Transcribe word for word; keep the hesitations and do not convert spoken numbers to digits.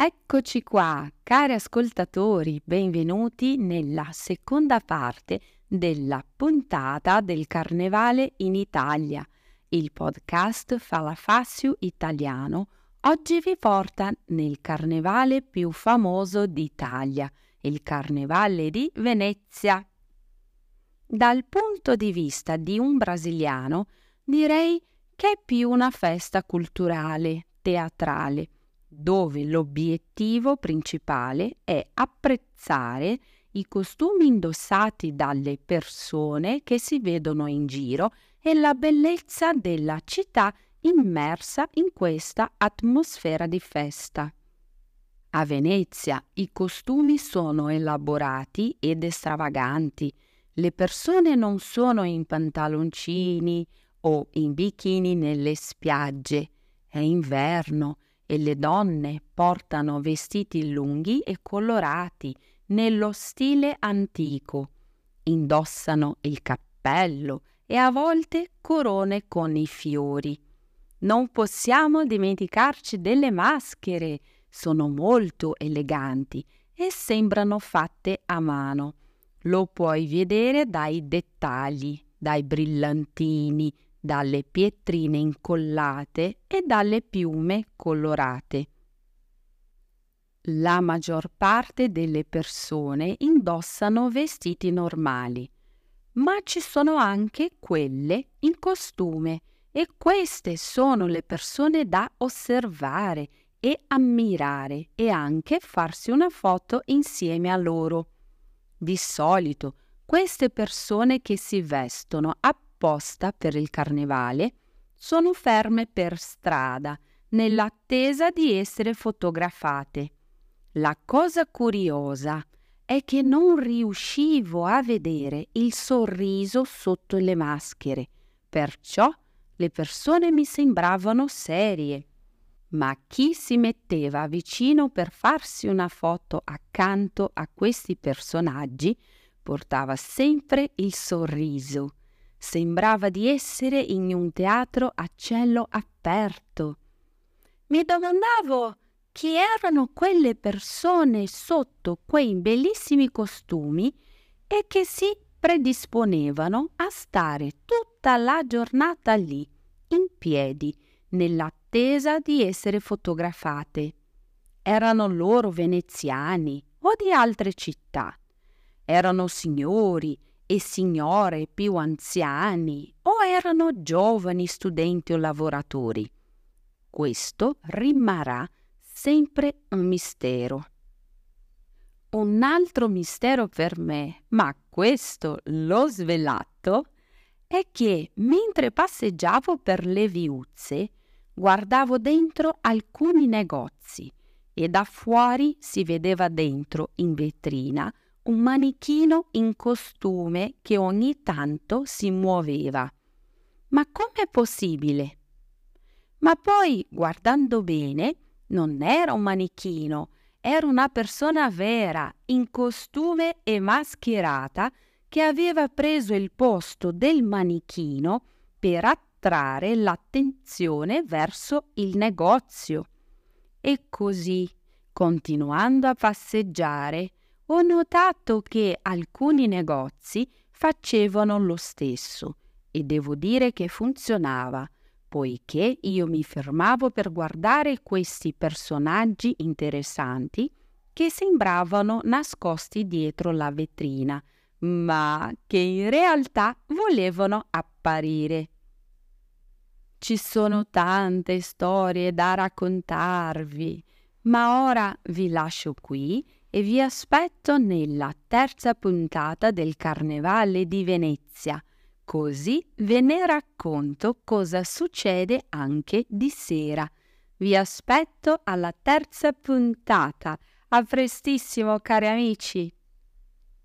Eccoci qua, cari ascoltatori, benvenuti nella seconda parte della puntata del Carnevale in Italia. Il podcast Falafasio Italiano oggi vi porta nel carnevale più famoso d'Italia, il Carnevale di Venezia. Dal punto di vista di un brasiliano, direi che è più una festa culturale, teatrale, dove l'obiettivo principale è apprezzare i costumi indossati dalle persone che si vedono in giro e la bellezza della città immersa in questa atmosfera di festa. A Venezia i costumi sono elaborati ed stravaganti. Le persone non sono in pantaloncini o in bikini nelle spiagge. È inverno e le donne portano vestiti lunghi e colorati nello stile antico. Indossano il cappello e a volte corone con i fiori. Non possiamo dimenticarci delle maschere. Sono molto eleganti e sembrano fatte a mano. Lo puoi vedere dai dettagli, dai brillantini, dalle pietrine incollate e dalle piume colorate. La maggior parte delle persone indossano vestiti normali, ma ci sono anche quelle in costume e queste sono le persone da osservare e ammirare e anche farsi una foto insieme a loro. Di solito queste persone che si vestono apposta per il carnevale sono ferme per strada nell'attesa di essere fotografate. La cosa curiosa è che non riuscivo a vedere il sorriso sotto le maschere, perciò le persone mi sembravano serie. Ma chi si metteva vicino per farsi una foto accanto a questi personaggi portava sempre il sorriso. Sembrava di essere in un teatro a cielo aperto. Mi domandavo chi erano quelle persone sotto quei bellissimi costumi e che si predisponevano a stare tutta la giornata lì, in piedi, nell'attesa di essere fotografate. Erano loro veneziani o di altre città? Erano signori e signore più anziani o erano giovani studenti o lavoratori? Questo rimarrà sempre un mistero. Un altro mistero per me, ma questo l'ho svelato, è che mentre passeggiavo per le viuzze guardavo dentro alcuni negozi e da fuori si vedeva dentro in vetrina un manichino in costume che ogni tanto si muoveva. Ma com'è possibile? Ma poi, guardando bene, non era un manichino, era una persona vera, in costume e mascherata, che aveva preso il posto del manichino per attrarre l'attenzione verso il negozio. E così, continuando a passeggiare, ho notato che alcuni negozi facevano lo stesso e devo dire che funzionava, poiché io mi fermavo per guardare questi personaggi interessanti che sembravano nascosti dietro la vetrina, ma che in realtà volevano apparire. Ci sono tante storie da raccontarvi, ma ora vi lascio qui e vi aspetto nella terza puntata del Carnevale di Venezia, così ve ne racconto cosa succede anche di sera. Vi aspetto alla terza puntata. A prestissimo, cari amici!